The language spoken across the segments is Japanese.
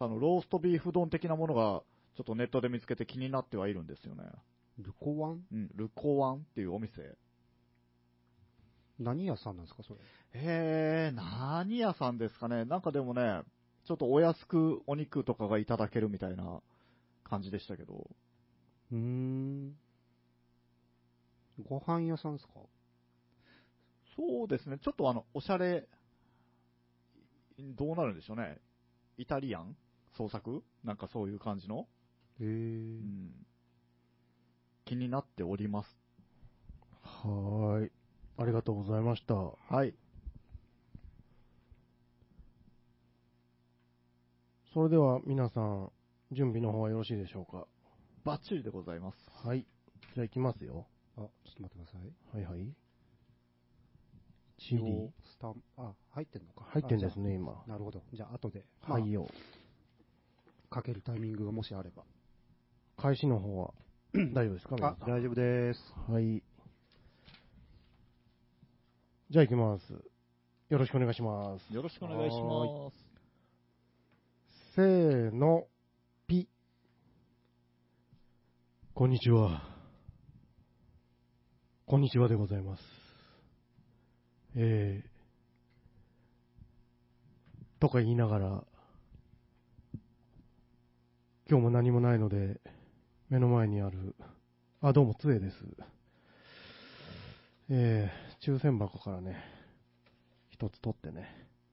ローストビーフ丼的なものが、ちょっとネットで見つけて気になってはいるんですよね。 ルコワンうん、ルコワンっていうお店。 何屋さんなんですか、それ。 何屋さんですかね。なんかでもね、ちょっとお安くお肉とかがいただけるみたいな感じでしたけど。 ご飯屋さんですか？ そうですね。ちょっとおしゃれ、どうなるんでしょうね。イタリアン創作なんかそういう感じの、うん、気になっております。 はーい。ありがとうございました。 はい。 それでは皆さん、準備の方はよろしいでしょうか？ バッチリでございます。 はい。じゃあ行きますよ。 あ、ちょっと待ってください。 はいはい。 一応スタン、入ってんのか。 入ってんですね、今。 なるほど。じゃあ、後で。 はいよ。 かけるタイミングがもしあれば。 開始の方は大丈夫ですか？皆さん。 大丈夫です。 はい。じゃあ行きます。よろしくお願いします。 よろしくお願いします。 せーの、ピ。こんにちは。こんにちはでございます。とか言いながら、今日も何もないので、目の前にある、どうも、つえです。抽選箱からね、一つ取ってね。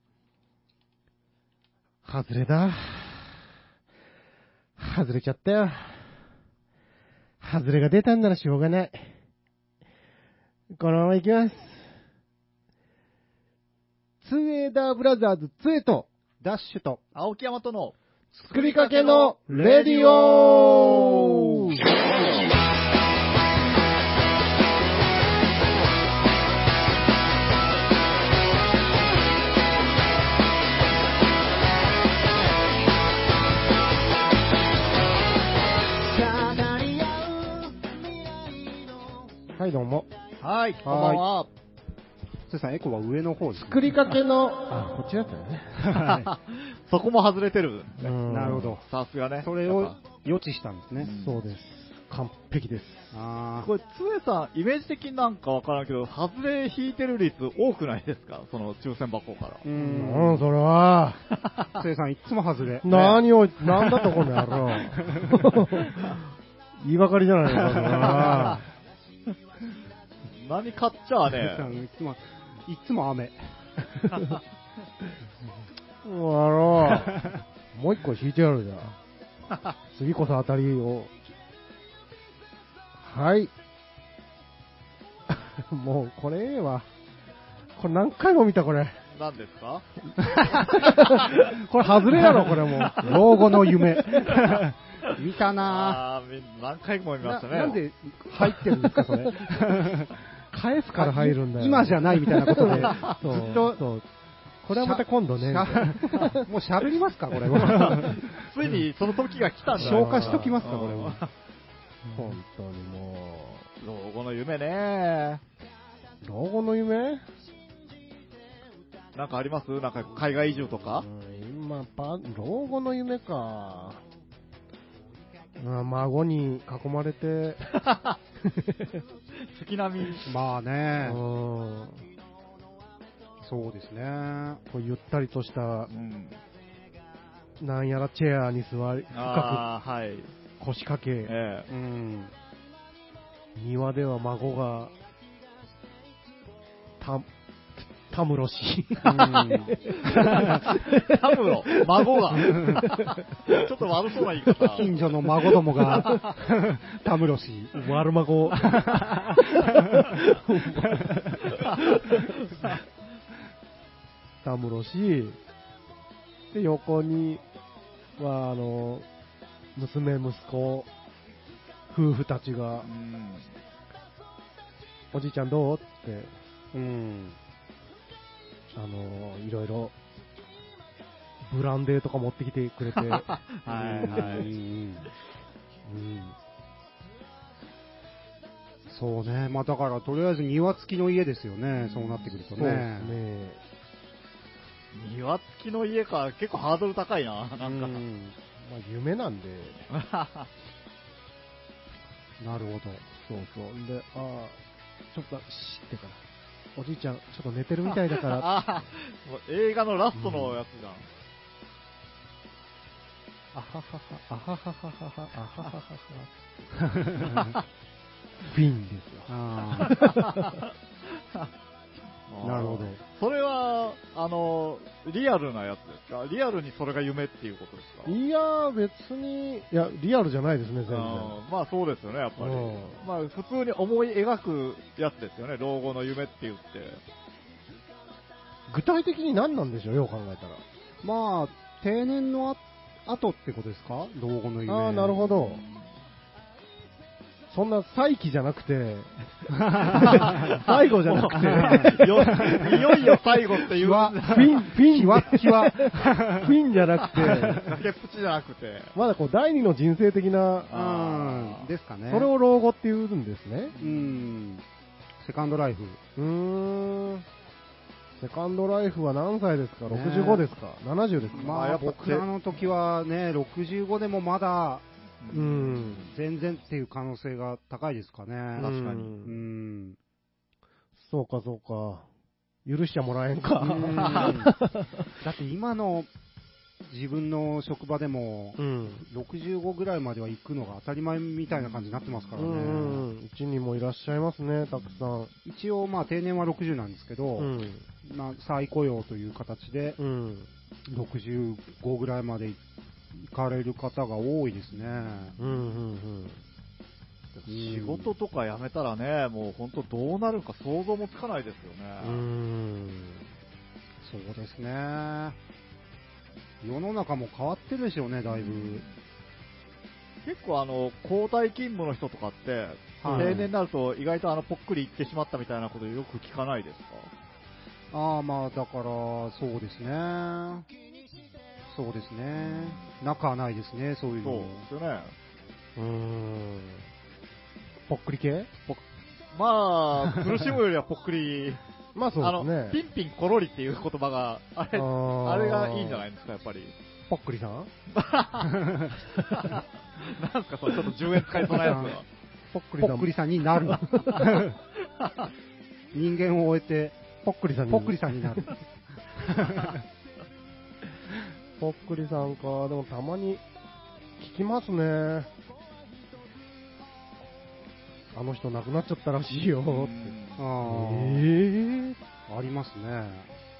外れだ。外れちゃったよ。外れが出たんならしょうがない。このまま行きます。ツーエーダーブラザーズツエとダッシュと青木山との作りかけのレディオ。はい、どうも。 はい、こんばんは。 つえさん、エコは上の方です、ね。 作りかけの、こっちだったよね。 そこも外れてる、ね。 なるほど。 さすがね。 それを予知したんですね。 そうです。完璧です。 これ、つえさん、イメージ的になんかわからんけど、外れ引いてる率多くないですか？その抽選箱から。 それは。 つえさん、いつも外れ。 何を、なんだとこの野郎。言いがかりじゃないのか何買っちゃあね。 いつも雨。 もう一個引いてやるじゃん。次こそ当たりを。はい。もう、これええわ。これ何回も見た、これ。 何ですか？ これ外れやろ、これもう。 老後の夢。見たなぁ。何回も見ましたね。 なんで入ってるんですか、それ。 返すから入るんだよ。 今じゃないみたいなことで。ずっと。 そう。これはまた今度ね。 もう喋りますか、これ。 ついにその時が来たんだ。 消化しときますか、これは。 本当にもう。老後の夢ね。 老後の夢？ なんかあります？なんか海外移住とか？ 今、老後の夢か。孫に囲まれて。 月並み。 まあね。そうですね。 こうゆったりとした、なんやらチェアに座り、深く腰掛け、庭では孫がたむろし。 たむろ、孫が。ちょっと悪そうな言い方。 近所の孫どもがたむろし。 悪孫。たむろし。で、横には、娘、息子、夫婦たちが、おじいちゃんどうって、いろいろ、ブランデーとか持ってきてくれて、 そうね、まあだからとりあえず庭付きの家ですよね、そうなってくるとね。 そうですね。 庭付きの家か、結構ハードル高いな、なんか。 まあ、夢なんで、 なるほど。 そうそう。で、ちょっと、ってから、おじいちゃん、ちょっと寝てるみたいだから、 あもう映画のラストのやつじゃん。 あははは、あはははは、あはははは。フィンですよ。 なるほど。 それは、リアルなやつですか？リアルにそれが夢っていうことですか？ いやー、別に、いや、リアルじゃないですね、全然。 まあそうですよね、やっぱり。 うんまあ普通に思い描くやつですよね、老後の夢って言って。 具体的に何なんでしょうよ、考えたら。 まあ、定年の後ってことですか？老後の夢。 ああ、なるほど。そんな再起じゃなくて、最後じゃなくて、 いよいよ最後っていう。 フィンじゃなくて、 崖っぷちじゃなくて。 まだこう第二の人生的な、 ですかね。 それを老後って言うんですね。 セカンドライフ。 セカンドライフは何歳ですか？ 65 ですか？ 70 ですか？ まあ、僕らの時はね、65でもまだ、全然っていう可能性が高いですかね。 確かに。 そうか、そうか。許しちゃもらえんか。 だって今の自分の職場でも、65ぐらいまでは行くのが当たり前みたいな感じになってますからね。 うちにもいらっしゃいますね、たくさん。 一応、まあ、定年は60なんですけど、再雇用という形で、65ぐらいまで行かれる方が多いですね。 仕事とか辞めたらね、もう本当どうなるか想像もつかないですよね。 そうですね。世の中も変わってるでしょうね、だいぶ。 結構交代勤務の人とかって、定年になると意外とぽっくり行ってしまったみたいなことよく聞かないですか？ まあ、だから、そうですね。そうですね。仲はないですね、そういうの。 そうですよね。 ぽっくり系？ まあ、苦しむよりはぽっくり。 まあそうですね。 ピンピンコロリっていう言葉が、あれがいいんじゃないですか、やっぱり。 ぽっくりさんなんすか、それちょっと10円使いそうなやつが。 ぽっくりさんになる。人間を終えて、 ぽっくりさんになる。 ぽっくりさんか、でもたまに聞きますね。あの人亡くなっちゃったらしいよって。 ありますね。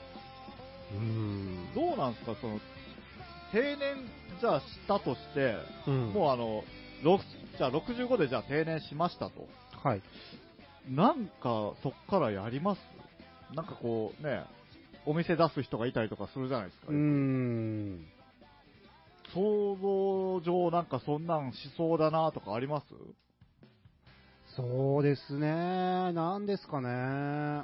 どうなんですか、定年じゃあしたとして、もうじゃあ65でじゃあ定年しましたと。 はい。 なんかそっからやります？なんかこうね、お店出す人がいたりとかするじゃないですか。想像上なんかそんなんしそうだなとかあります？ そうですね。なんですかね。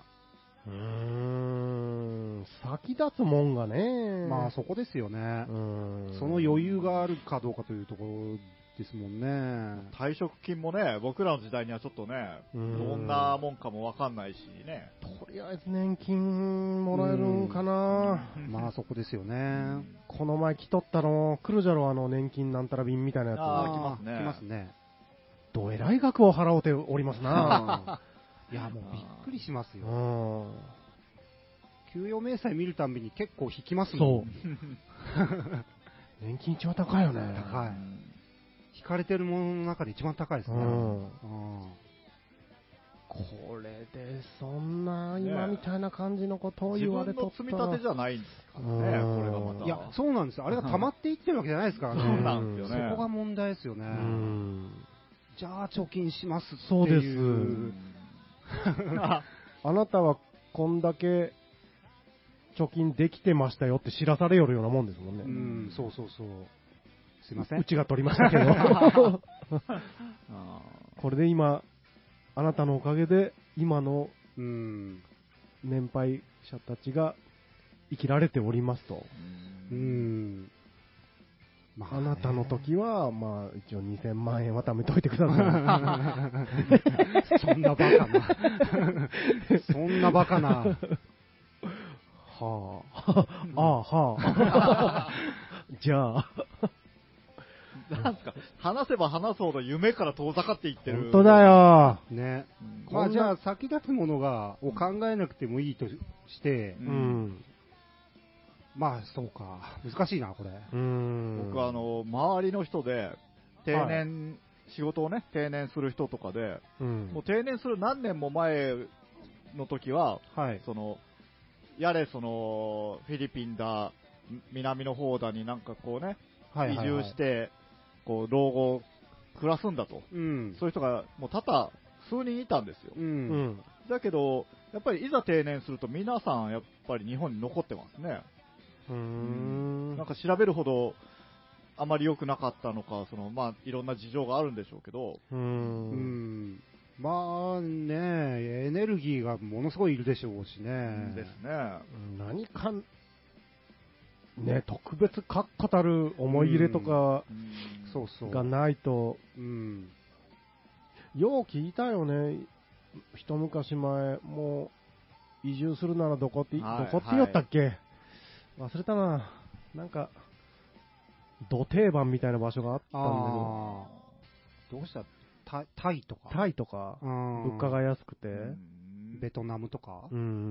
先立つもんがね。 まあそこですよね。その余裕があるかどうかというところですもんね。 退職金もね、僕らの時代にはちょっとね、どんなもんかもわかんないしね。 とりあえず年金もらえるんかな。 まあそこですよね。 この前来とったの、来るじゃろ、年金なんたら便みたいなやつ。 来ますね。 来ますね。 どえらい額を払うておりますな。 いや、もうびっくりしますよ。給与明細見るたんびに結構引きますもん。 そう。年金一番高いよね。 高い。引かれてるものの中で一番高いですね。 これでそんな今みたいな感じのことを言われとったら、 自分の積み立てじゃないんですからね、これがまた。 いや、そうなんですよ。あれが溜まっていってるわけじゃないですからね。 そうなんですよね。 そこが問題ですよね。じゃあ貯金しますっていう。 そうです。あなたはこんだけ貯金できてましたよって知らされよるようなもんですもんね。 そうそうそう。すいません。 うちが取りましたけど。これで今、あなたのおかげで今の年配者たちが生きられておりますと。まあ、あなたの時は、まあ、一応2000万円は貯めといてください。そんなバカな。そんなバカな。 はあ。 はあ。じゃあ。 なんか、話せば話すほど夢から遠ざかっていってる。 本当だよ。 ね。まあじゃあ先立つものを考えなくてもいいとして、まあそうか。難しいな、これ。 僕は周りの人で、定年、仕事をね、定年する人とかで、もう定年する何年も前の時は、やれフィリピンだ、南の方だになんかこうね、移住して、こう、老後暮らすんだと。そういう人がもう多々数人いたんですよ。だけど、やっぱりいざ定年すると皆さんやっぱり日本に残ってますね。なんか調べるほどあまり良くなかったのか、まあ、いろんな事情があるんでしょうけど。 まあね、エネルギーがものすごいいるでしょうしね。 ですね。 何か、ね、特別確固たる思い入れとかがないと、よう聞いたよね、一昔前、もう移住するならどこって言おったっけ、忘れたな、なんか、土定番みたいな場所があったんだけど、どうしたタイとかタイとか、物価が安くて、 ベトナムとか、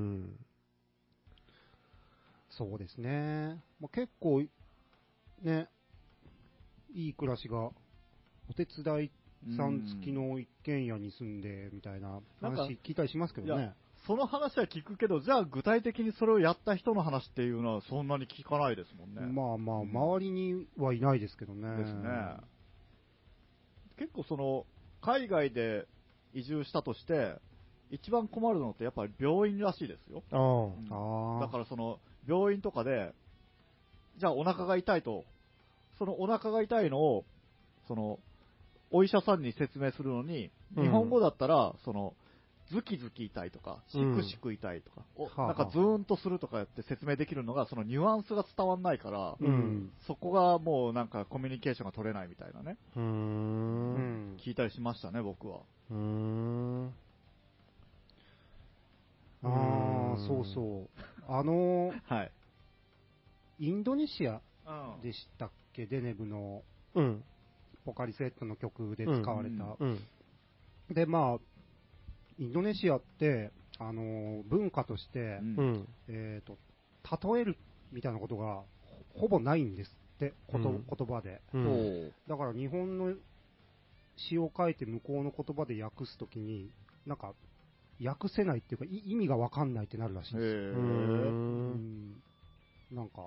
そうですね、まあ、結構、ね、いい暮らしが、お手伝いさん付きの一軒家に住んでみたいな話聞いたりしますけどね。 その話は聞くけど、じゃあ具体的にそれをやった人の話っていうのはそんなに聞かないですもんね。 まあまあ、周りにはいないですけどね。 ですね。結構海外で移住したとして、一番困るのってやっぱり病院らしいですよ。だから病院とかで、じゃあお腹が痛いと、そのお腹が痛いのを、お医者さんに説明するのに、日本語だったら、ズキズキ痛いとか、シクシク痛いとか、なんかズーンとするとかやって説明できるのが、そのニュアンスが伝わんないから、そこがもうなんかコミュニケーションが取れないみたいなね。聞いたりしましたね、僕は。 そうそう。インドネシアでしたっけ、デネブのポカリスエットの曲で使われた。で、まあ、インドネシアって、文化として、例えるみたいなことがほぼないんですって、言葉で。だから日本の詩を書いて向こうの言葉で訳すときに、なんか、訳せないっていうか、意味がわかんないってなるらしいんですよ。なんか、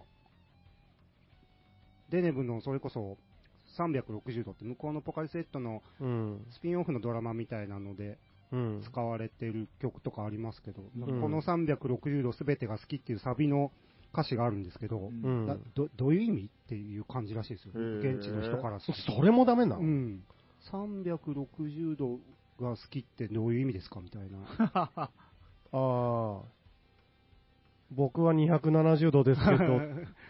デネブのそれこそ360度って向こうのポカリスエットのスピンオフのドラマみたいなので使われてる曲とかありますけど、この360度すべてが好きっていうサビの歌詞があるんですけど、どういう意味っていう感じらしいですよ。現地の人からすると。 それもダメなの ？360度が好きってどういう意味ですかみたいな。 僕は270度ですけど、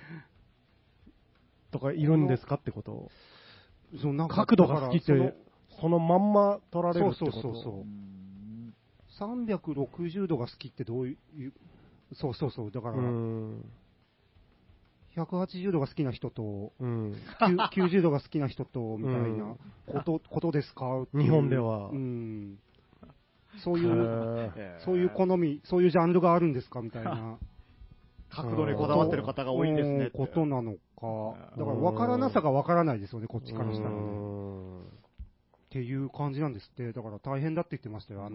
とかいるんですかってこと？角度が好きって、そのまんま取られるってこと？ そう。360度が好きってどういう、そう。だから、180度が好きな人と、90度が好きな人と、みたいなことですか？ 日本では。 そういう好み、そういうジャンルがあるんですかみたいな。 角度にこだわってる方が多いんですね。 ことなのか。だから分からなさが分からないですよね、こっちからしたらね。っていう感じなんですって。だから大変だって言ってましたよ、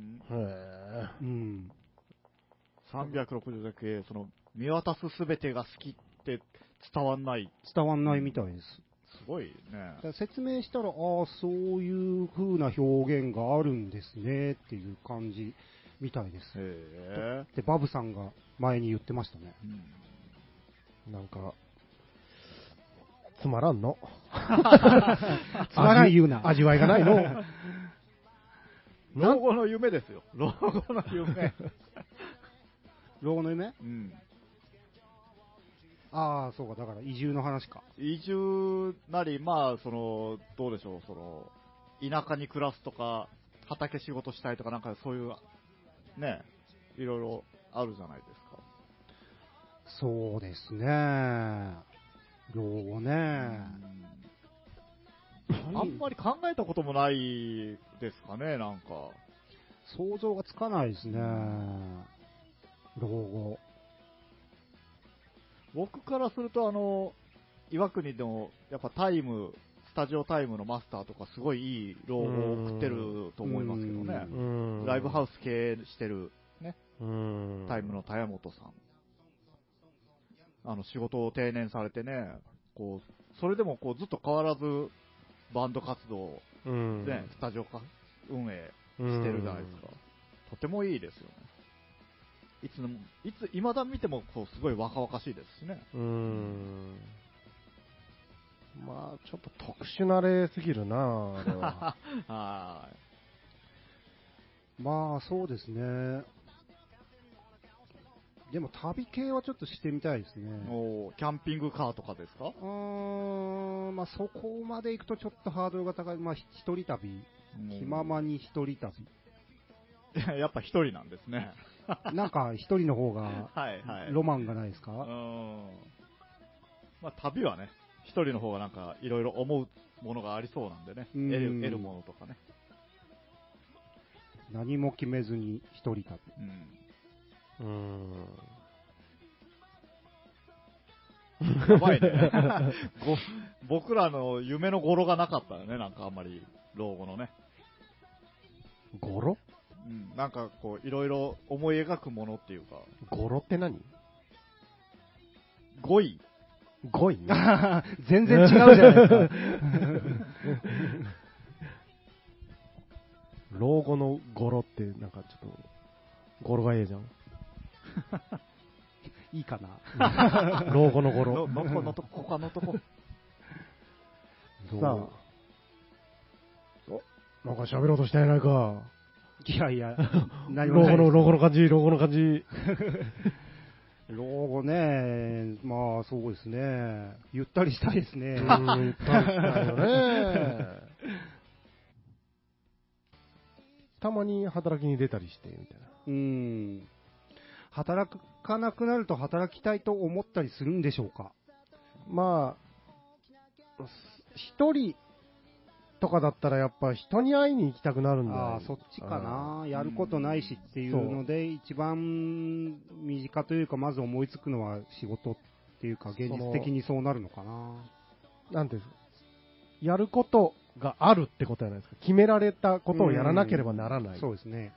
360度だけ、見渡すすべてが好きって伝わんない。 伝わんないみたいです。 すごいね。 説明したら、そういう風な表現があるんですねっていう感じみたいです。で、バブさんが前に言ってましたね。 なんか、つまらんの。 つまらん言うな。 味わいがないの。 老後の夢ですよ。老後の夢。 老後の夢？そうか、だから移住の話か。 移住なり、まあ、どうでしょう、田舎に暮らすとか、畑仕事したいとか、なんかそういう、ね、いろいろあるじゃないですか。 そうですね。老後ね。 あんまり考えたこともないですかね、なんか。 想像がつかないですね。老後。 僕からすると、岩国でも、やっぱスタジオタイムのマスターとかすごいいい老後を送ってると思いますけどね。ライブハウス経営してる、ね。タイムの田山本さん。仕事を定年されてね、それでもずっと変わらず、バンド活動、ね、スタジオ運営してるじゃないですか。とてもいいですよね。未だ見てもすごい若々しいですしね。 まあ、ちょっと特殊な例すぎるな、あれは。 はい。 まあ、そうですね。でも旅系はちょっとしてみたいですね。 キャンピングカーとかですか？ まあそこまで行くとちょっとハードルが高い。まあ一人旅。気ままに一人旅。 やっぱ一人なんですね。 なんか一人の方がロマンがないですか？ まあ旅はね、一人の方がなんかいろいろ思うものがありそうなんでね。得るものとかね。 何も決めずに一人旅。 やばいね。僕らの夢の語呂がなかったよね、なんかあんまり、老後のね。 語呂？ なんかいろいろ思い描くものっていうか。 語呂って何？ 語彙。 語彙ね。 全然違うじゃないですか。 老後の語呂ってなんかちょっと、語呂がええじゃん。 いいかな。 老後の語呂。 のとこ、他のとこ。 さあ。なんか喋ろうとしてないか。 いやいや、 老後の感じ。老後ね、まあそうですね。ゆったりしたいですね。 ゆったりしたいよね。たまに働きに出たりして、みたいな。 働かなくなると働きたいと思ったりするんでしょうか？ まあ、一人とかだったらやっぱ人に会いに行きたくなるんだよ。 ああ、そっちかな。やることないしっていうので、一番身近というか、まず思いつくのは仕事っていうか、現実的にそうなるのかな。 なんていうんですか。やることがあるってことじゃないですか。決められたことをやらなければならない。 そうですね。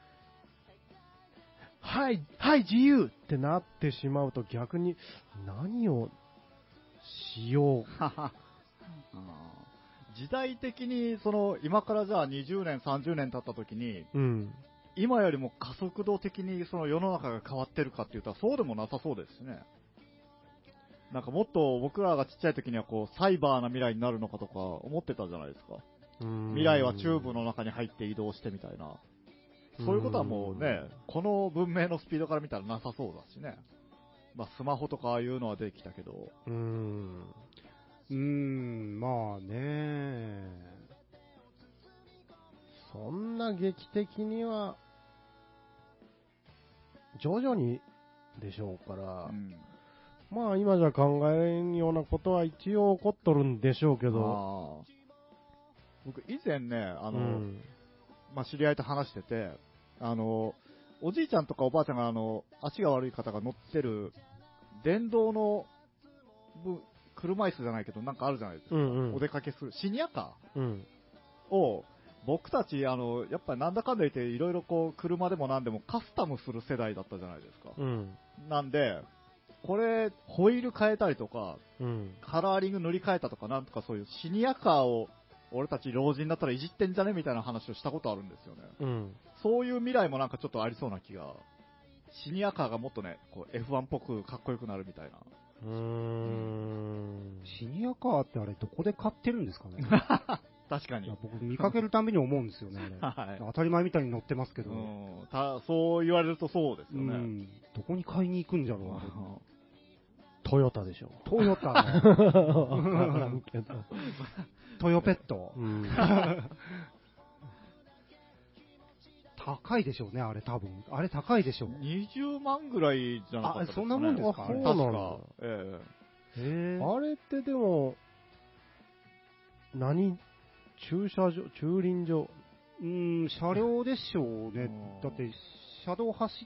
はい、自由ってなってしまうと逆に何をしよう。 時代的に今からじゃあ20年、30年経った時に、今よりも加速度的に世の中が変わってるかっていうとそうでもなさそうですしね。なんかもっと僕らがちっちゃい時にはサイバーな未来になるのかとか思ってたじゃないですか。未来はチューブの中に入って移動してみたいな。そういうことはもうね、この文明のスピードから見たらなさそうだしね。まあスマホとかああいうのはできたけど。 まあね。 そんな劇的には、徐々にでしょうから、まあ今じゃ考えんようなことは一応起こっとるんでしょうけど。 僕以前ね、まあ知り合いと話してて、おじいちゃんとかおばあちゃんが足が悪い方が乗ってる電動の車椅子じゃないけどなんかあるじゃないですか。お出かけするシニアカーを僕たちやっぱりなんだかんだ言っていろいろ車でもなんでもカスタムする世代だったじゃないですか。なんでこれホイール変えたりとか、カラーリング塗り替えたとかなんとかそういうシニアカーを俺たち老人だったらいじってんじゃねみたいな話をしたことあるんですよね。そういう未来もなんかちょっとありそうな気が。シニアカーがもっとね、F1 っぽくかっこよくなるみたいな。 シニアカーってあれどこで買ってるんですかね。 確かに。 僕見かけるたびに思うんですよね。当たり前みたいに乗ってますけど。 そう言われるとそうですよね。 どこに買いに行くんじゃろう。 トヨタでしょ。 トヨタね。トヨペット。 高いでしょうね、あれ多分。あれ高いでしょう。 20万ぐらいじゃなかったですかね。 そんなもんですか？ そうなんだ。あれってでも、駐輪場車両でしょうね。だって、歩道走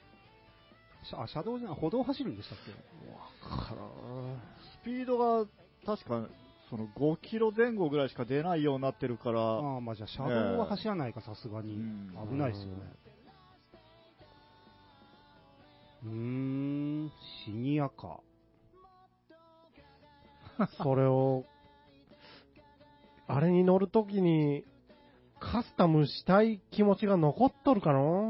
るんでしたっけ？ わからん。 スピードが確かその5キロ前後ぐらいしか出ないようになってるから。 まあじゃあ車道は走らないか、さすがに。危ないですよね。シニアか。 それを、あれに乗るときに、カスタムしたい気持ちが残っとるか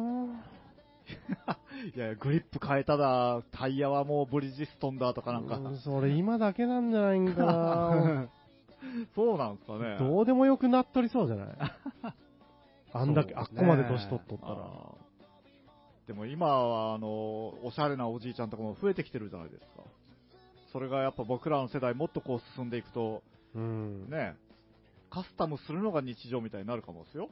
ないや、グリップ変えただ、タイヤはもうブリヂストンだとかなんか。 それ今だけなんじゃないんかなそうなんすかね。 どうでもよくなっとりそうじゃないあんだけ、あっこまで年取っとったら。 でも今は、おしゃれなおじいちゃんとかも増えてきてるじゃないですか。それがやっぱ僕らの世代もっとこう進んでいくと、ね、カスタムするのが日常みたいになるかもですよ。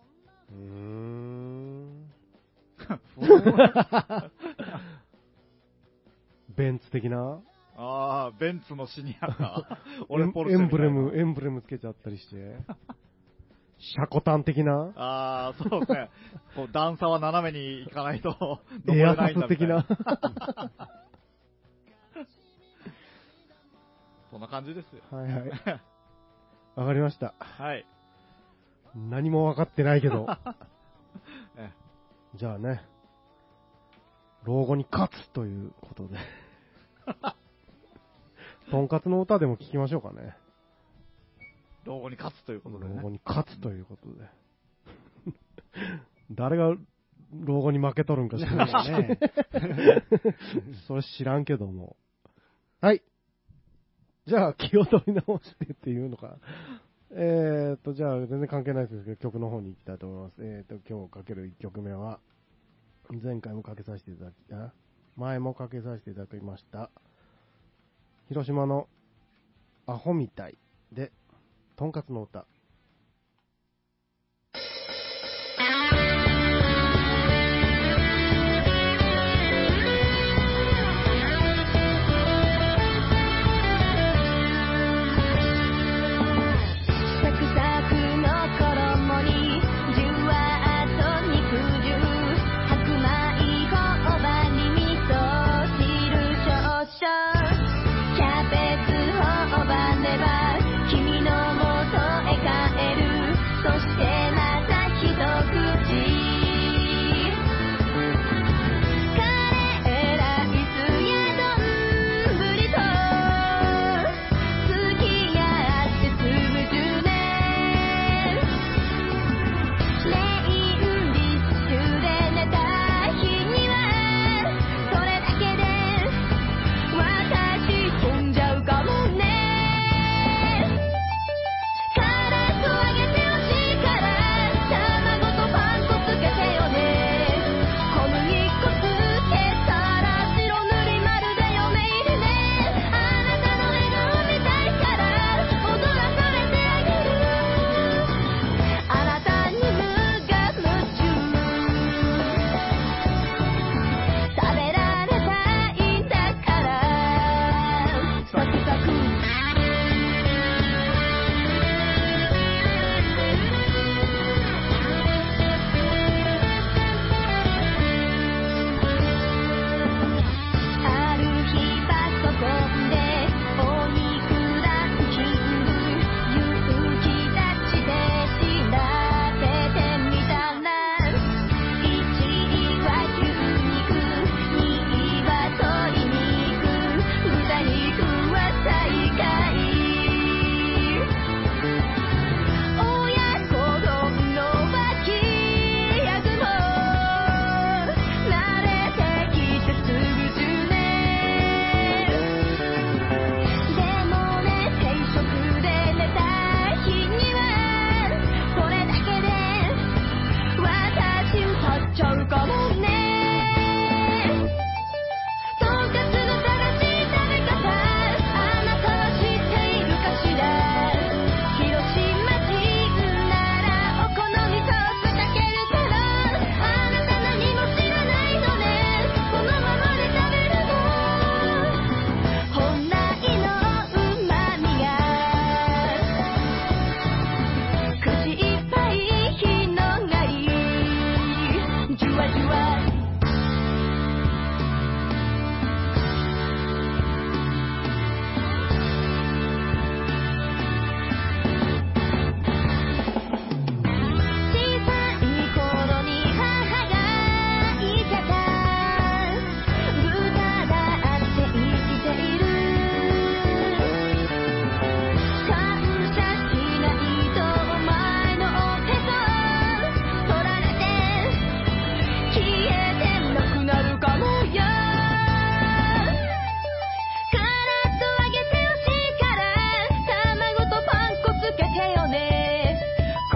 ベンツ的な？ ベンツのシニアか。 俺ポルシェみたいな。エンブレムつけちゃったりして。シャコタン的な？ そうですね。こう段差は斜めに行かないと登れないんだみたいな。エアサス的な。そんな感じですよ。 はいはい。わかりました。 はい。 何も分かってないけど。じゃあね、老後に勝つということで。とんかつの歌でも聞きましょうかね。 老後に勝つということで、ね。 老後に勝つということで。誰が老後に負けとるんか知らないね。それ知らんけども。はい。じゃあ、気を取り直してっていうのか。じゃあ、全然関係ないですけど、曲の方に行きたいと思います。今日かける1曲目は、前回もかけさせていただき、前もかけさせていただきました、広島のアホみたいで、とんかつの歌。 キャベツ頬張れば君のもとへ帰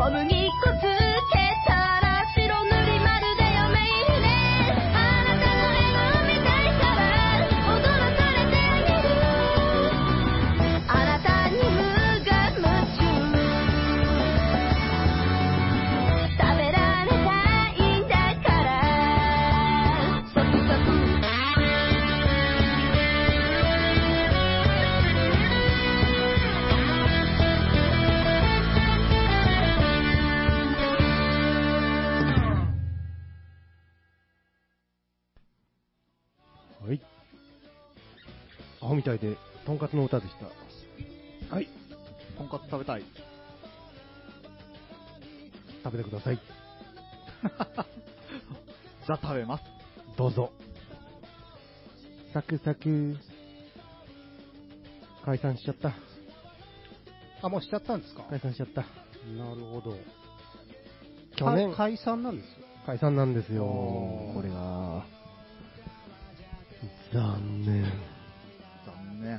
小麦粉つけたら白塗りまるで嫁入りねあなたの笑顔見たいから踊らされてあげるあなたに無我夢中食べられたいんだからサクサクはい。アホみたいで、とんかつの歌でした。 はい。とんかつ食べたい。 食べてください。 じゃあ食べます。 どうぞ。サクサク。解散しちゃった。 あ、もうしちゃったんですか？ 解散しちゃった。 なるほど。 去年解散なんです。 解散なんですよ。これが。残念。 残念。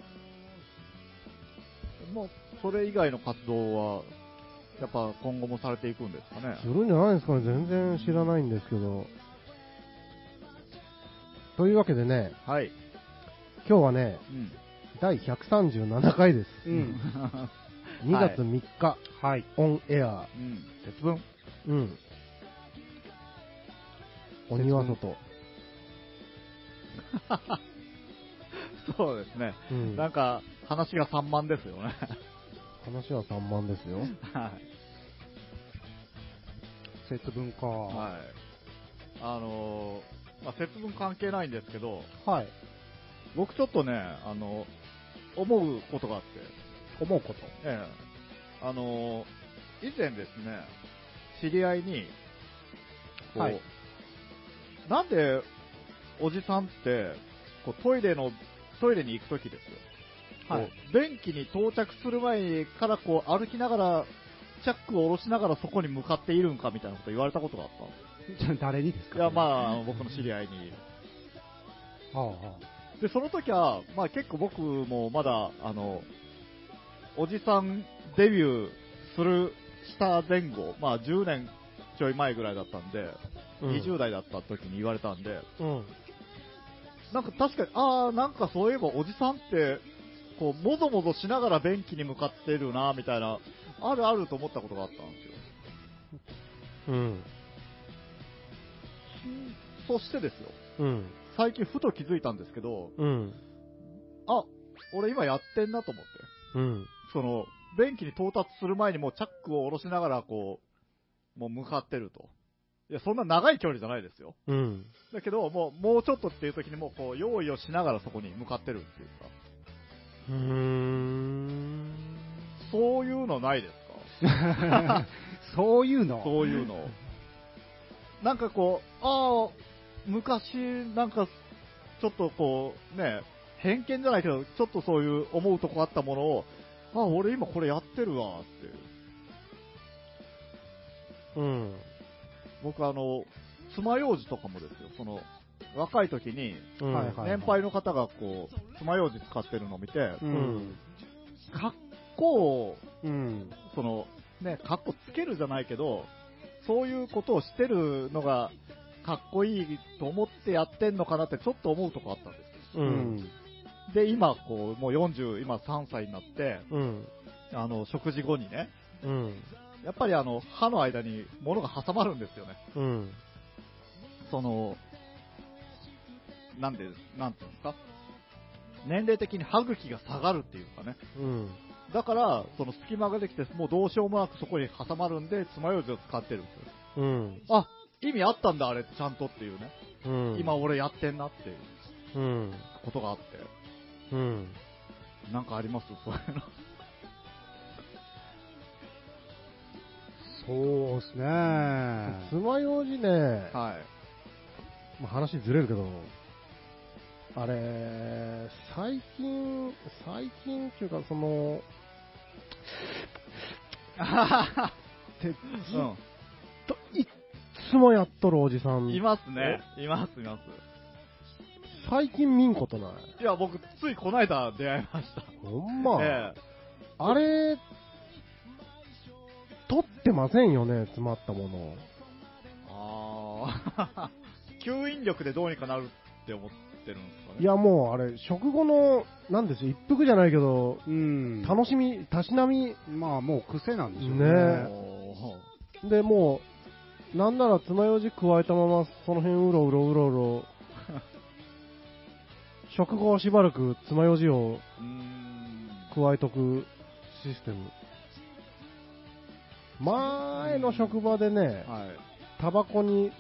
もう、それ以外の活動は、やっぱ今後もされていくんですかね。 するんじゃないですかね。全然知らないんですけど。というわけでね、 はい。 今日はね、第137回です。2月3日、 はい、 オンエア。 節分。 鬼は外。 そうですね。なんか、話が散漫ですよね。 話は散漫ですよ。 はい。 節分か。 はい。節分関係ないんですけど、 はい。 僕ちょっとね、思うことがあって。 思うこと？ ええ。以前ですね、知り合いに、こう、はい、なんで、おじさんって、こうトイレに行くときですよ。はい。便器に到着する前から、こう、歩きながら、チャックを下ろしながらそこに向かっているんかみたいなこと言われたことがあったんです。 誰にですか？ いや、まあ、僕の知り合いに。で、その時は、まあ結構僕もまだ、おじさんデビューした前後、まあ10年ちょい前ぐらいだったんで、20代だった時に言われたんで、なんか確かに、なんかそういえばおじさんって、こう、もぞもぞしながら便器に向かってるな、みたいな、あるあると思ったことがあったんですよ。そしてですよ、最近ふと気づいたんですけど、俺今やってんなと思って、その、便器に到達する前にもうチャックを下ろしながら、こう、もう向かってると。いや、そんな長い距離じゃないですよ。だけど、もうちょっとっていう時にもう、こう、用意をしながらそこに向かってるっていうか。そういうのないですか？ そういうのなんかこう、昔、なんか、ちょっとこう、ね、偏見じゃないけど、ちょっとそういう思うとこあったものを、俺今これやってるわ、っていう。僕爪楊枝とかもですよ、その、若い時に、年配の方がこう、爪楊枝使ってるのを見て、格好を、その、ね、格好つけるじゃないけど、そういうことをしてるのが、かっこいいと思ってやってんのかなってちょっと思うとこあったんですよ。で、今、こう、もう今3歳になって、食事後にね、やっぱり歯の間に物が挟まるんですよね。その、なんていうんですか、年齢的に歯茎が下がるっていうかね。だから、その隙間ができて、もうどうしようもなくそこに挟まるんで、爪楊枝を使ってるんですよ。意味あったんだ、あれ、ちゃんとっていうね。今俺やってんなっていうことがあって。なんかあります？そういうの。 そうですね。 爪楊枝ね、まあ、話ずれるけど、あれ、最近っていうか、その、ずっといっつもやっとるおじさん。 いますね。います。 最近見んことない。 いや、僕、ついこの間出会いました。 ほんま。あれ、 取ってませんよね、詰まったものを。 吸引力でどうにかなるって思ってるんですかね。 いや、もうあれ、食後の、なんですよ、一服じゃないけど、楽しみ、たしなみ。 まあ、もう癖なんでしょうね。 で、もう、なんなら爪楊枝加えたまま、その辺うろうろ、食後しばらく爪楊枝を加えとくシステム。前の職場でね、タバコの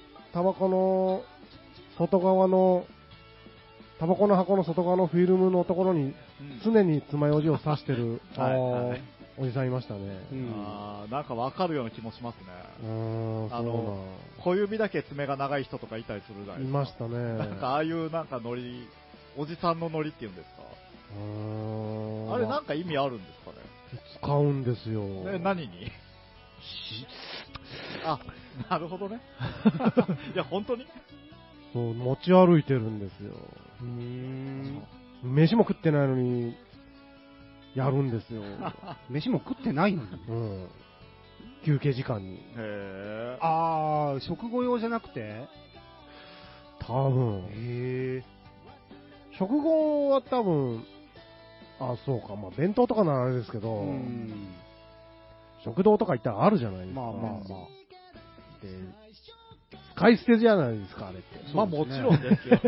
外側の、タバコの箱の外側のフィルムのところに常に爪楊枝を刺してるおじさんいましたね。 なんかわかるような気もしますね。小指だけ爪が長い人とかいたりするじゃないですか。 いましたね。 なんかああいうなんかノリ、おじさんのノリっていうんですか。あれなんか意味あるんですかね。 使うんですよ。 何になるほどね。いや、本当にそう、持ち歩いてるんですよ。飯も食ってないのに、やるんですよ。 飯も食ってないのに、 休憩時間に。 食後用じゃなくて多分。食後は多分、そうか、まあ弁当とかならあれですけど、食堂とか行ったらあるじゃないですか。 まあ。 で、使い捨てじゃないですか、あれって。 まあもちろんですよ。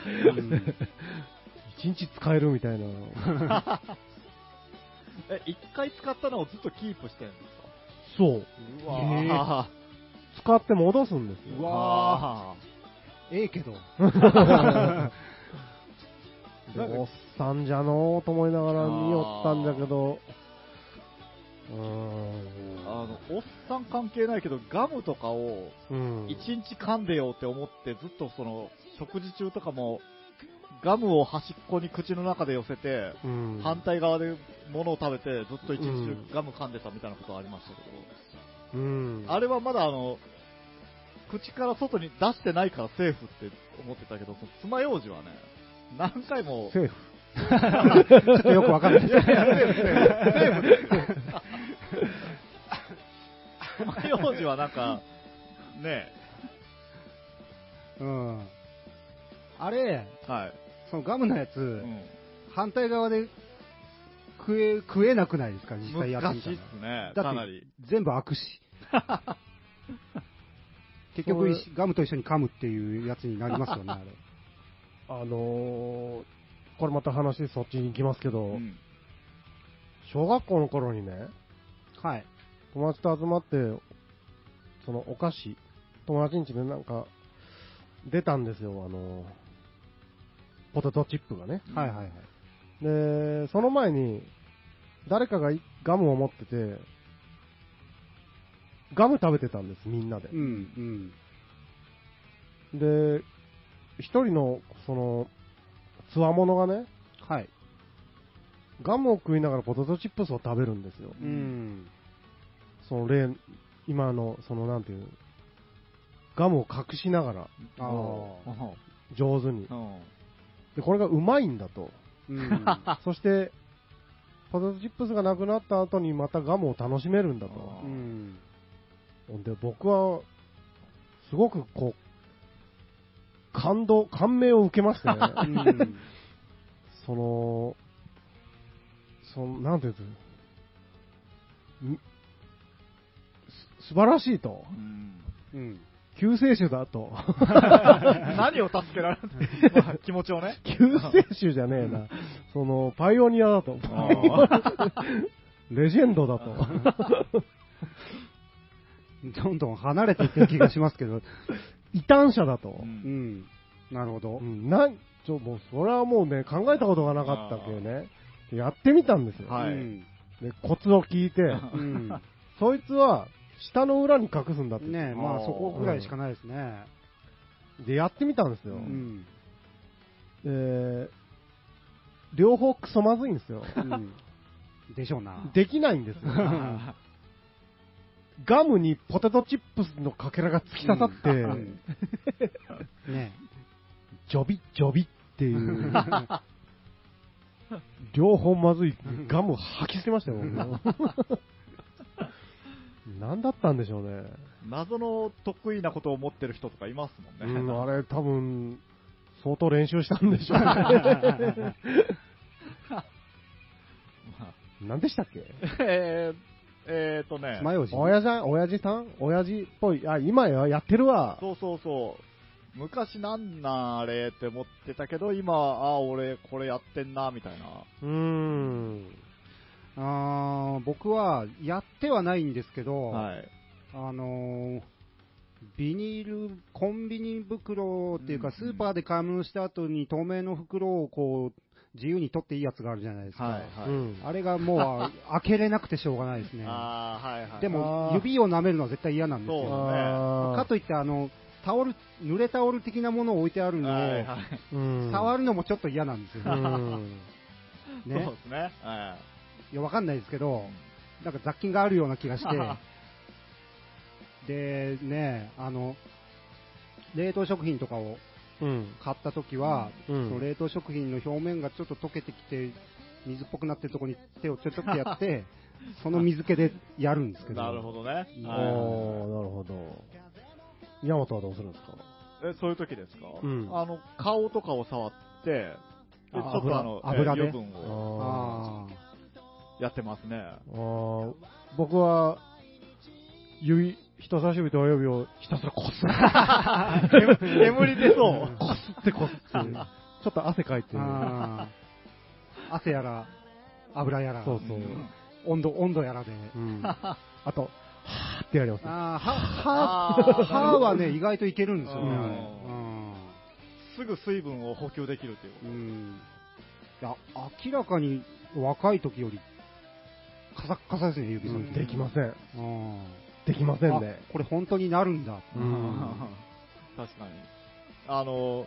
一日使えるみたいな。 一回使ったのをずっとキープしてるんですか？ そう。使って戻すんですよ。 けど。 おっさんじゃのーと思いながら見よったんだけど、 おっさん関係ないけど、ガムとかを一日噛んでよって思って、ずっとその食事中とかもガムを端っこに口の中で寄せて、反対側で物を食べてずっと一日中ガム噛んでたみたいなことがありましたけど、あれはまだ口から外に出してないからセーフって思ってたけど、その爪楊枝はね、何回もセーフちょっとよくわかんないです。セーフです。爪楊枝はなんかねあれ、そのガムのやつ、反対側で食えなくないですか、実際やってみたら。 難しいっすね、 だかなり。 全部開くし。結局ガムと一緒に噛むっていうやつになりますよね、あれ。 これまた話そっちに行きますけど、小学校の頃にね、友達と集まって、そのお菓子、友達ん家でなんか出たんですよ、ポテトチップがね。で、その前に、誰かがガムを持ってて、ガム食べてたんです、みんなで。で、一人の、その、つわものがね、ガムを食いながらポテトチップスを食べるんですよ。その今の、その、なんていう、ガムを隠しながら、上手に。で、これがうまいんだと。そして、ポテトチップスがなくなった後にまたガムを楽しめるんだと。で、僕は、すごくこう、感銘を受けましてね。なんていうんです素晴らしいと。救世主だと。 何を助けられる気持ちをね。 救世主じゃねえな。パイオニアだと。レジェンドだと。 どんどん離れていってる気がしますけど、 異端者だと。 なるほど。 もうそれはもうね、考えたことがなかったけどね。やってみたんですよ。でコツを聞いて、そいつは下の裏に隠すんだって。 ね、まあそこぐらいしかないですね。 で、やってみたんですよ。両方クソまずいんですよ。 でしょうな。 できないんですよ。ガムにポテトチップスのかけらが突き刺さって、 ね、 ジョビっていう、両方まずいガムを吐き捨てましたよ。 何だったんでしょうね。 謎の得意なことを持ってる人とかいますもんね。 あれ多分、相当練習したんでしょうね。何でしたっけ？ 爪楊枝。 親父さん親父っぽい。今やってるわ。 そうそうそう。昔なんなあれって思ってたけど、今、俺これやってんな、みたいな。 僕はやってはないんですけど、 はい。 ビニール、コンビニ袋っていうか、スーパーで買い物した後に透明の袋をこう、自由に取っていいやつがあるじゃないですか。 はいはい。 あれがもう開けれなくてしょうがないですね。 はいはい。 でも、指を舐めるのは絶対嫌なんですよ。 そうね。かといって、タオル、濡れタオル的なものを置いてあるのを、触るのもちょっと嫌なんですよ。ね。 そうですね。 いや、わかんないですけど、なんか雑菌があるような気がして、で、ね、冷凍食品とかを買ったときは、その冷凍食品の表面がちょっと溶けてきて、水っぽくなってるところに手をちょちょってやって、その水気でやるんですけど。 なるほどね。 なるほど。山本はどうするんですか？ そういう時ですか？顔とかを触って、ちょっと油で油分をやってますね。 僕は、人差し指と親指をひたすらこする。 煙出そう。 こすって。ちょっと汗かいて。 汗やら、油やら。 そうそう。 温度やらで。 あと、はーってやります。 歯はね、意外といけるんですよね。 すぐ水分を補給できるっていうこと。いや、明らかに若い時より、カサッカサですね、指さん。 できません。できませんね。 これ本当になるんだ。 確かに。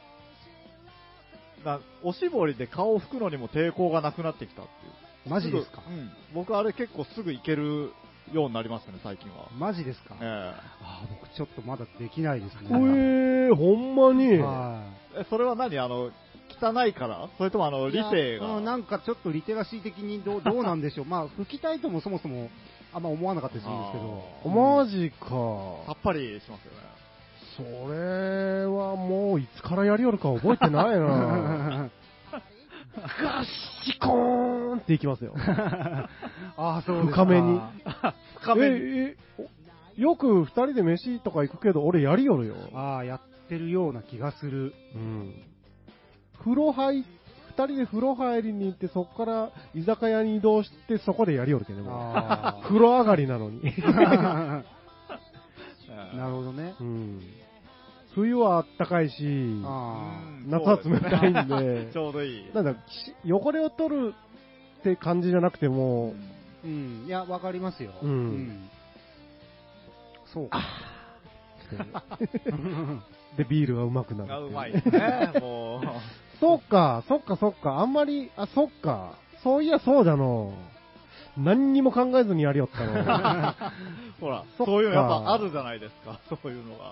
おしぼりで顔を拭くのにも抵抗がなくなってきたっていう。 マジですか？ 僕あれ結構すぐいけるようになりましたね、最近は。 マジですか？僕ちょっとまだできないですね。 ほんまに。 それは何汚いからそれとも理性が。 なんかちょっとリテラシー的にどうなんでしょう。まあ、拭きたいともそもそもあんま思わなかったりするんですけど。 マジか。 さっぱりしますよね。 それはもういつからやりよるか覚えてないな。ガッシコーンっていきますよ。 そうですか。 深めに。よく二人で飯とか行くけど、俺やりよるよ。 やってるような気がする。 二人で風呂入りに行って、そこから居酒屋に移動して、そこでやりよるけどね。風呂上がりなのに。 なるほどね。 冬はあったかいし、夏は冷たいんで、 ちょうどいい。 なんだ、汚れを取るって感じじゃなくても、 いや、わかりますよ。そうか。 で、ビールがうまくなる。 うまいですね、もう。 そっか。あんまり、そっか。そういや、そうだの。何にも考えずにやりよったの。 ほら、そういうのやっぱあるじゃないですか、そういうのが。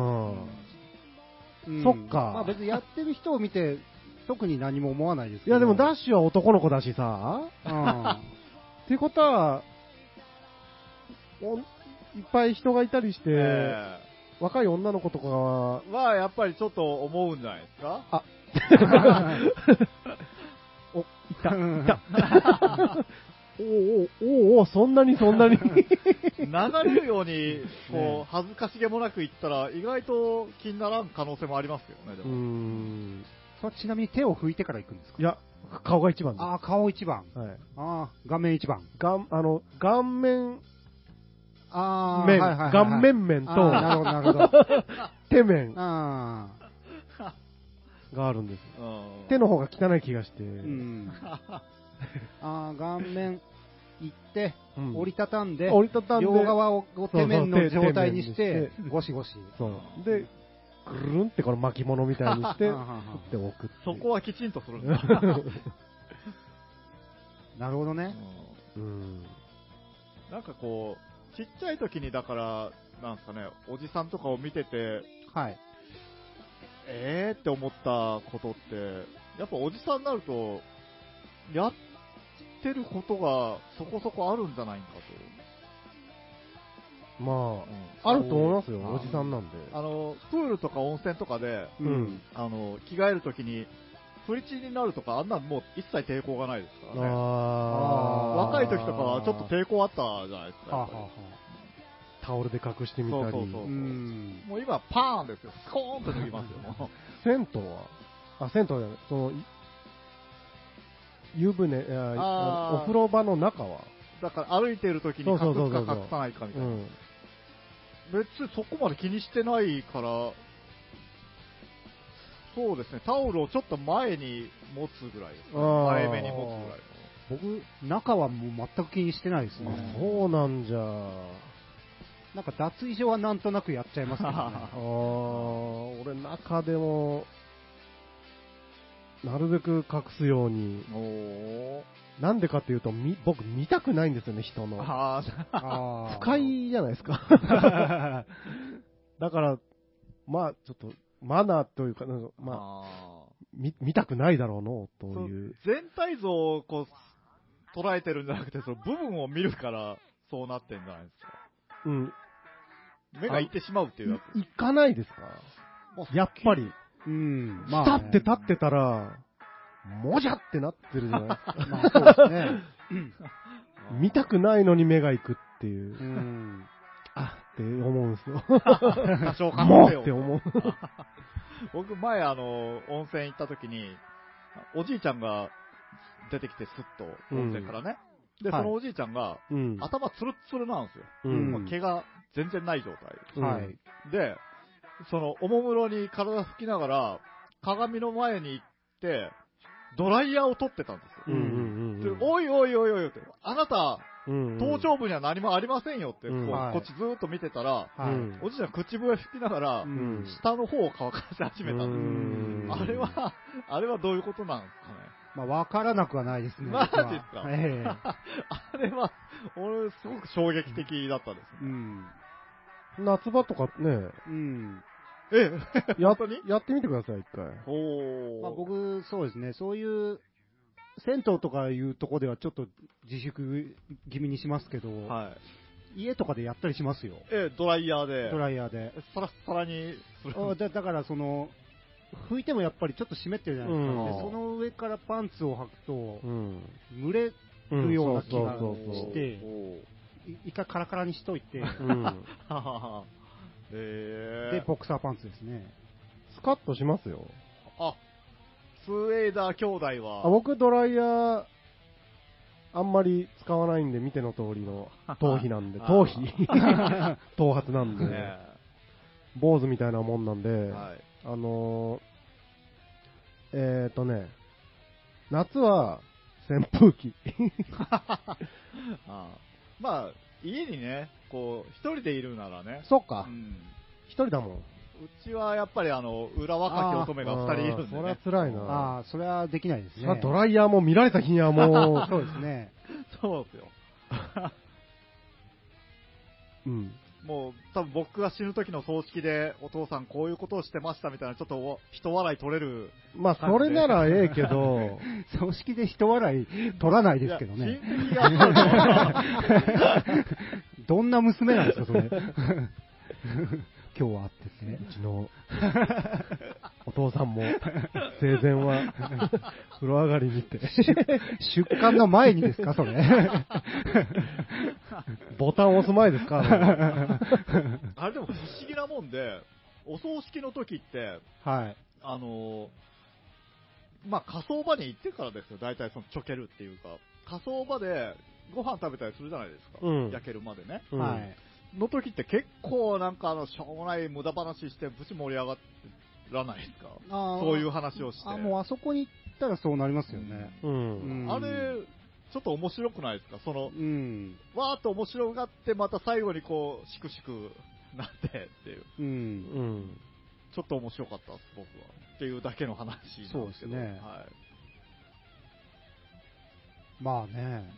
そっか。 まあ別にやってる人を見て、特に何も思わないですけど。 いやでもダッシュは男の子だしさ。っていうことは、いっぱい人がいたりして、若い女の子とかはやっぱりちょっと思うんじゃないですか？ いた。そんなに。 流れるように、こう、恥ずかしげもなく言ったら、意外と気にならん可能性もありますけどね、でも。 それちなみに手を拭いてから行くんですか？ いや、顔が一番です。 顔一番。顔面一番。 顔面、 顔面と、 なるほど。 手面があるんです。手の方が汚い気がして。 顔面行って、折りたたんで、 両側を手面の状態にして、ゴシゴシ。 で、ぐるんってこの巻物みたいにして、振っておく。 そこはきちんとするんだ。 なるほどね。 なんかこう、ちっちゃい時にだから、なんですかね、おじさんとかを見てて、って思ったことって、やっぱおじさんになると、やってることがそこそこあるんじゃないかまあ、あると思いますよ、おじさんなんで。 プールとか温泉とかで、着替えるときに、フリチになるとか、あんなのもう一切抵抗がないですからね。若い時とかはちょっと抵抗あったじゃないですか。 タオルで隠してみたり。 もう今、パーンですよ。スコーンと脱ぎますよ、もう。 銭湯は銭湯じゃない、その、湯船、お風呂場の中はだから歩いてる時に隠すか隠さないかみたいな。別にそこまで気にしてないから、そうですね、タオルをちょっと前に持つぐらいですね。前目に持つぐらいの。 僕、中はもう全く気にしてないですね。 そうなんじゃ。 なんか脱衣所はなんとなくやっちゃいますけどね。 俺中でも、なるべく隠すように。なんでかっていうと、僕見たくないんですよね、人の。不快じゃないですか。だから、まあ、ちょっと、マナーというか、まあ、見たくないだろうの、という。 全体像をこう、捉えてるんじゃなくて、その部分を見るから、そうなってんじゃないですか。うん。目がいってしまうっていうやつ。 いかないですか？やっぱり。 まあ、立ってたら、もじゃってなってるじゃないですか。 まあ、そうですね。 見たくないのに目が行くっていう。あって思うんですよ。 多少感もうって思う。 僕、前、温泉行った時に、おじいちゃんが出てきて、スッと、温泉からね。で、そのおじいちゃんが、頭ツルッツルなんですよ。毛が全然ない状態。で、その、おもむろに体拭きながら、鏡の前に行って、ドライヤーを取ってたんですよ。おいおいおいおいって、あなた、頭頂部には何もありませんよって、こっちずーっと見てたら、おじいちゃん口笛吹きながら、下の方を乾かし始めたんです。あれはどういうことなんですかね。 まあ、わからなくはないですね。 マジですか。あれは、俺、すごく衝撃的だったですね。 夏場とかね、やってみてください、一回。 まあ、僕、そうですね、そういう、銭湯とかいうとこではちょっと自粛気味にしますけど、家とかでやったりしますよ。 ドライヤーで。 ドライヤーで。 サラッサラにする。だから、その、拭いてもやっぱりちょっと湿ってるじゃないですか。でその上からパンツを履くと、蒸れるような気がして、一回カラカラにしといて、で、ボクサーパンツですね。 スカッとしますよ。 スウェーダー兄弟は。 僕ドライヤー、あんまり使わないんで、見ての通りの頭皮なんで、頭髪なんで、坊主みたいなもんなんで、夏は扇風機。 まあ、家にね、こう、一人でいるならね。 そっか。一人だもん。 うちはやっぱり裏若き乙女が二人いるんで、ね。 それは辛いな。 それはできないですね。 ドライヤーも見られた日にはもう。 そうですね。 そうですよ。もう、多分僕が死ぬ時の葬式で、お父さんこういうことをしてましたみたいな、ちょっと人笑い取れる。 まあ、それならええけど、 葬式で人笑い取らないですけどね。 親戚がどんな娘なんですか、それ。今日はってですね。 うちのお父さんも生前は風呂上がりにて出棺の前にですかそれ。 ボタン押す前ですかあれでも不思議なもんで、お葬式の時って、まあ火葬場に行ってからですよ、大体そのちょけるっていうか、火葬場でご飯食べたりするじゃないですか、焼けるまでね。の時って結構なんかしょうもない無駄話してぶち盛り上がらないですか。そういう話をして。 もうあそこに行ったらそうなりますよね。 あれ、ちょっと面白くないですか。その、わーっと面白がってまた最後にこう、しくしくなってっていう。ちょっと面白かったです、僕は。っていうだけの話なんですけど。 そうですね。まあね。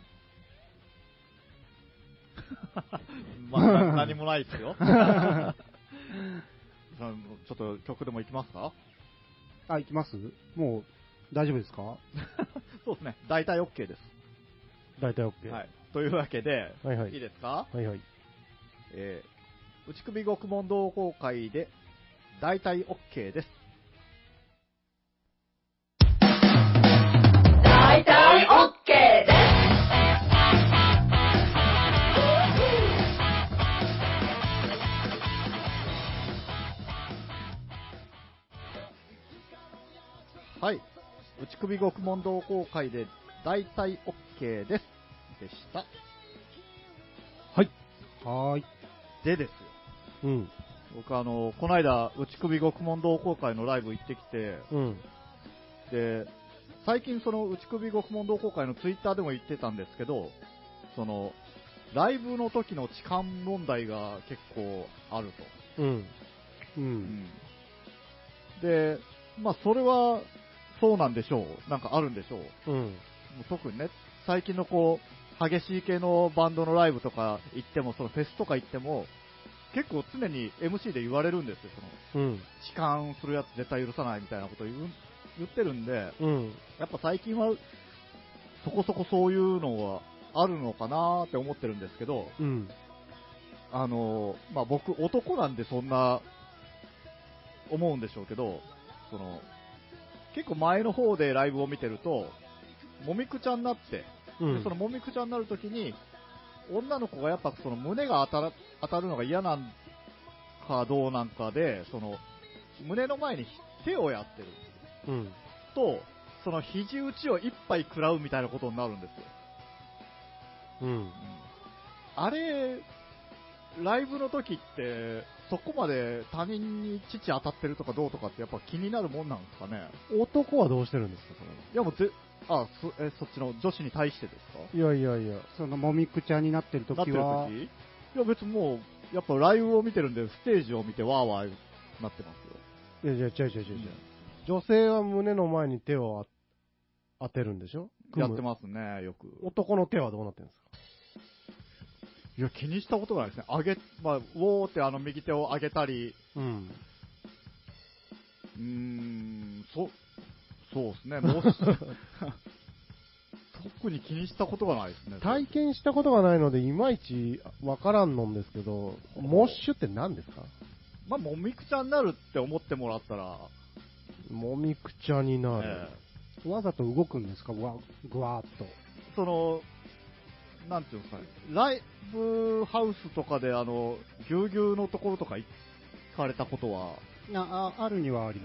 まあ、何もないですよ。ちょっと曲でも行きますか？ 行きます？もう大丈夫ですか？ そうですね。大体 OK です。 大体 OK。 はい。というわけで、いいですか？ はいはい。 内首獄門同好会で大体 OK です。 大体 OK です。 はい。内首獄門同好会で大体 OK です。でした。 はい。 はーい。 でですよ。僕この間、内首獄門同好会のライブ行ってきて、で、最近その内首獄門同好会のツイッターでも言ってたんですけど、その、ライブの時の痴漢問題が結構あると。で、まあそれはそうなんでしょう。なんかあるんでしょう。もう特にね、最近のこう、激しい系のバンドのライブとか行っても、そのフェスとか行っても、結構常に MC で言われるんですよ。その、痴漢するやつ絶対許さないみたいなことを言ってるんで、やっぱ最近はそこそこそういうのはあるのかなって思ってるんですけど、まあ僕男なんでそんな思うんでしょうけど、その、結構前の方でライブを見てると、もみくちゃになって、でそのもみくちゃになるときに、女の子がやっぱその胸が当たるのが嫌なんかどうなんかで、その胸の前に手をやってる、と、その肘打ちを一杯食らうみたいなことになるんですよ。あれ、ライブの時って、そこまで他人に乳当たってるとかどうとかってやっぱ気になるもんなんですかね。 男はどうしてるんですか、それ。 いやもうそっちの女子に対してですか。 いやいやいや。 そのもみくちゃになってる時は。 いや別にもう、やっぱライブを見てるんで、ステージを見てワーワーなってますよ。 いや違う。女性は胸の前に手を当てるんでしょ。 やってますね、よく。 男の手はどうなってるんですか。 いや、気にしたことないですね。まあ、ウォーって右手を上げたり。そうですね。特に気にしたことがないですね。 体験したことがないので、いまいちわからんのんですけど、モッシュって何ですか。 まあ、もみくちゃになるって思ってもらったら。 もみくちゃになる。 わざと動くんですか、ぐわーっと。 その、なんていうんですかね、ライブハウスとかでぎゅうぎゅうのところとか行かれたことはあるにはあります、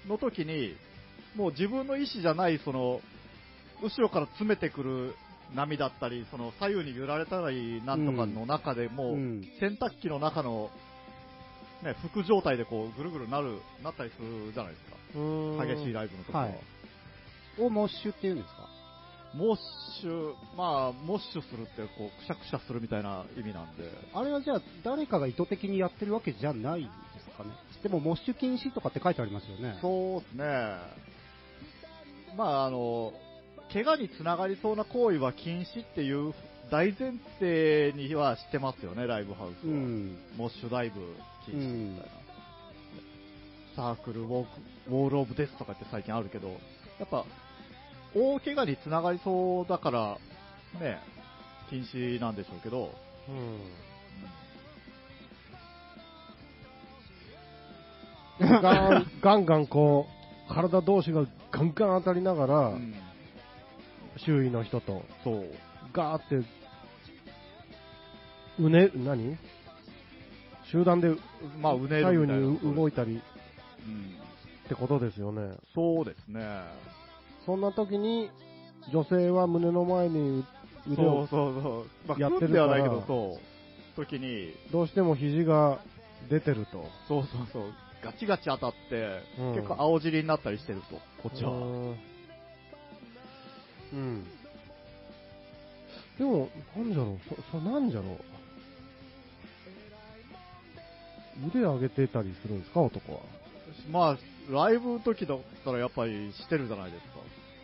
の時に、もう自分の意思じゃない、その、後ろから詰めてくる波だったり、その左右に揺られたりなんとかの中でもう、洗濯機の中の、ね、服状態でこうぐるぐるなったりするじゃないですか。激しいライブの時は。 をモッシュって言うんですか。 モッシュ、まあ、モッシュするって、こう、くしゃくしゃするみたいな意味なんで。 あれはじゃあ、誰かが意図的にやってるわけじゃないですかね。でも、モッシュ禁止とかって書いてありますよね。 そうですね。まあ、怪我につながりそうな行為は禁止っていう大前提にはしてますよね、ライブハウスは。モッシュダイブ禁止みたいな。サークルウォールオブデスとかって最近あるけど、やっぱ、大怪我につながりそうだから、ね、禁止なんでしょうけど、 ガンガンこう、体同士がガンガン当たりながら、周囲の人と、ガーって、集団で、 まあ、 左右に動いたり、ってことですよね。 そうですね。 そんな時に、女性は胸の前に腕をやってるから、 時に、 どうしても肘が出てると。 ガチガチ当たって、結構青尻になったりしてると、こっちは。 でも、なんじゃろう。腕上げてたりするんですか、男は。 まあ、ライブの時だったらやっぱりしてるじゃないですか。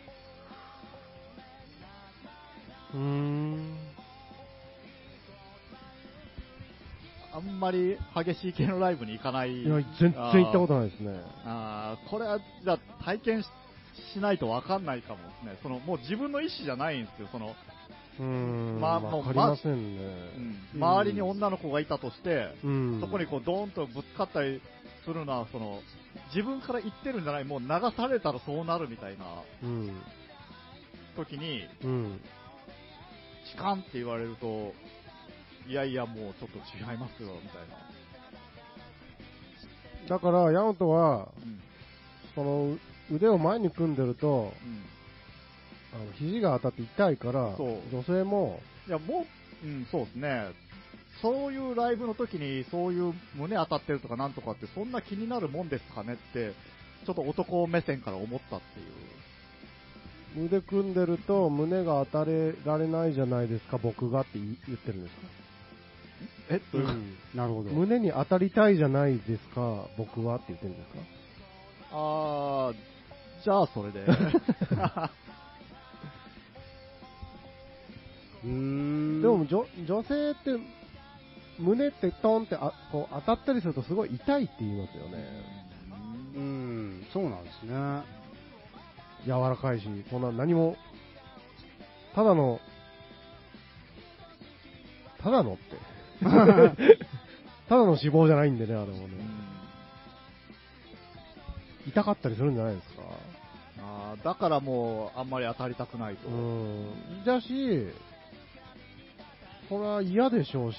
あんまり激しい系のライブに行かない。 いや、全然行ったことないですね。 これは、じゃあ体験しないと分かんないかもですね。もう自分の意思じゃないんですよ。 わかりませんね。 周りに女の子がいたとして、そこにこうドーンとぶつかったりするのは、その、自分から言ってるんじゃない、もう流されたらそうなるみたいな、時に、痴漢って言われると、いやいや、もうちょっと違いますよ、みたいな。 だから、ヤマトは、その、腕を前に組んでると、肘が当たって痛いから、女性も、 いや、もう、そうですね。そういうライブの時に、そういう胸当たってるとかなんとかって、そんな気になるもんですかねって、ちょっと男目線から思ったっていう。 腕組んでると、胸が当たれられないじゃないですか、僕がって言ってるんですか？ なるほど。 胸に当たりたいじゃないですか、僕はって言ってるんですか？ じゃあそれで。 でも女性って胸ってトンってこう当たったりするとすごい痛いって言いますよね。 そうなんですね。 柔らかいし、そんな何もただのってただの脂肪じゃないんでね、あれもね。痛かったりするんじゃないですか。 だからもうあんまり当たりたくないと。 だし、これは嫌でしょうし、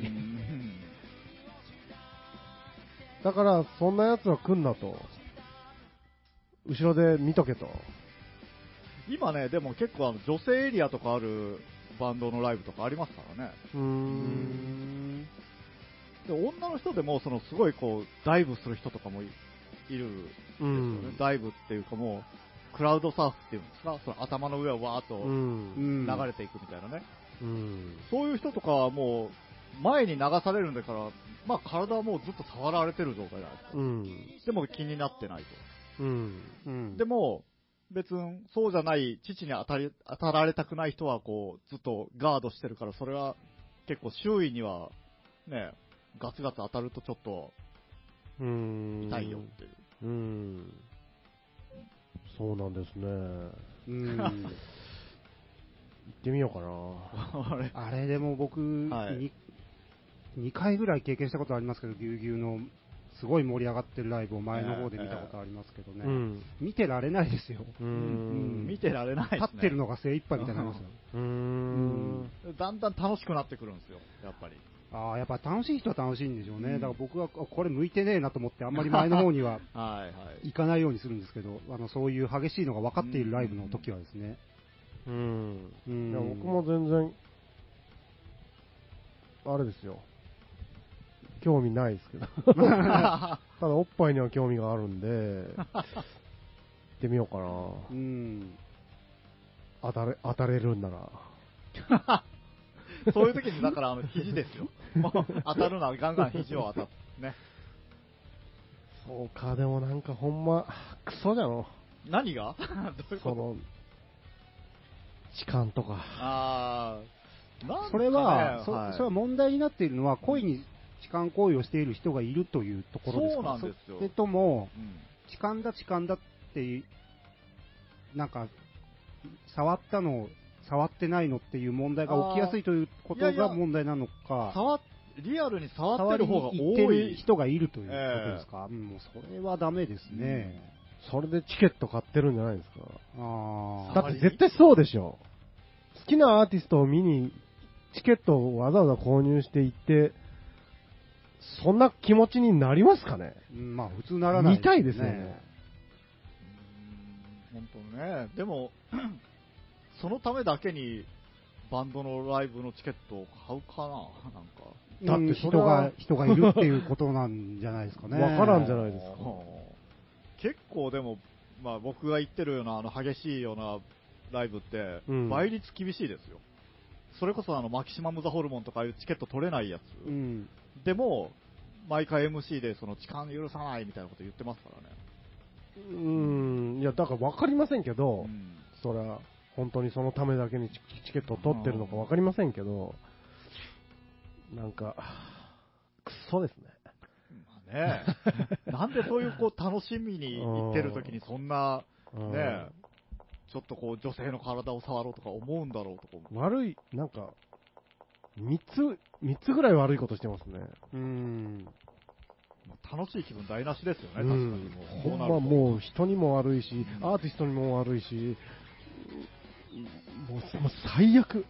だからそんなやつは来んなと、後ろで見とけと。 今ね、でも結構女性エリアとかあるバンドのライブとかありますからね。で女の人でもそのすごいこうダイブする人とかもいるんですよね。ダイブっていうかもうクラウドサーフっていうんですか、その頭の上をわーっと流れていくみたいなね。そういう人とかはもう前に流されるんだから、まあ体はもうずっと触られてる状態じゃないですか。でも気になってないと。でも別にそうじゃない父に当たられたくない人はこうずっとガードしてるから、それは結構周囲にはね、ガツガツ当たるとちょっと痛いよっていう。 そうなんですね。行ってみようかな。 あれでも僕、2回ぐらい経験したことありますけど、ぎゅうぎゅうのすごい盛り上がってるライブを前の方で見たことありますけどね、見てられないですよ。 見てられないですね。 立ってるのが精一杯みたいになりますよ。 だんだん楽しくなってくるんですよ、やっぱり。 やっぱ楽しい人は楽しいんでしょうね。だから僕はこれ向いてねえなと思って、あんまり前の方には行かないようにするんですけど、そういう激しいのが分かっているライブの時はですね。 いや僕も全然あれですよ、興味ないですけどただおっぱいには興味があるんで行ってみようかな。当たれるんならそういう時にだから肘ですよ。もう当たるのはガンガン肘を当たってね。 そうか、でもなんかほんまクソじゃの。 何がどういうこと？ 痴漢とか。 それは問題になっているのは、故意に痴漢行為をしている人がいるというところですか？ そうなんですよ。 それとも、痴漢だっていう、なんか、触ってないのっていう問題が起きやすいということが問題なのか、 リアルに触ってる方が多い人がいるということですか？もうそれはダメですね。 それでチケット買ってるんじゃないですか？だって絶対そうでしょ。好きなアーティストを見にチケットをわざわざ購入していって、そんな気持ちになりますかね？ まあ普通ならない、 見たいですよね。 本当ね。でもそのためだけにバンドのライブのチケットを買うかな、なんか。 だって人がいるっていうことなんじゃないですかね。 わからんじゃないですか。 結構でも、まあ僕が言ってるような激しいようなライブって、倍率厳しいですよ。それこそマキシマムザホルモンとかいうチケット取れないやつ。でも、毎回 MC でその痴漢許さないみたいなこと言ってますからね。 いや、だから分かりませんけど、それは本当にそのためだけにチケットを取ってるのか分かりませんけど、なんか、クソですね。 ねなんでそういう楽しみに行ってる時にそんな、ねちょっとこう女性の体を触ろうとか思うんだろうとか。 悪い、なんか、3つぐらい悪いことしてますね。 楽しい気分台無しですよね、確かに。 ほんまもう人にも悪いし、アーティストにも悪いし、もう最悪。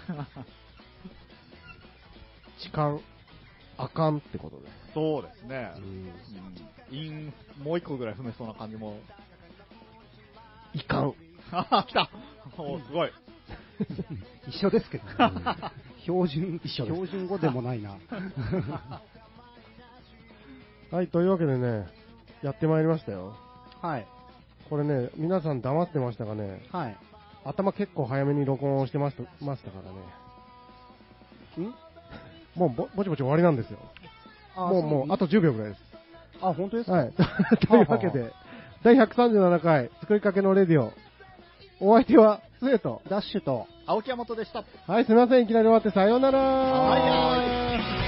痴漢、あかんってことで。 そうですね。もう一個ぐらい踏めそうな感じも。 いかん。 来たおすごい。 一緒ですけどね。標準語でもないな。 はい、というわけでね、やってまいりましたよ。 はい。 これね、皆さん黙ってましたがね、 はい。 頭結構早めに録音をしてましたからね。もうぼちぼち終わりなんですよ。もう、あと10秒ぐらいです。 あ、本当ですか？ はい。というわけで、第137回、作りかけのレディオ。お相手は、スエと、 ダッシュと、 青木山本でした。 はい、すみません、いきなり終わってさようなら。 はい。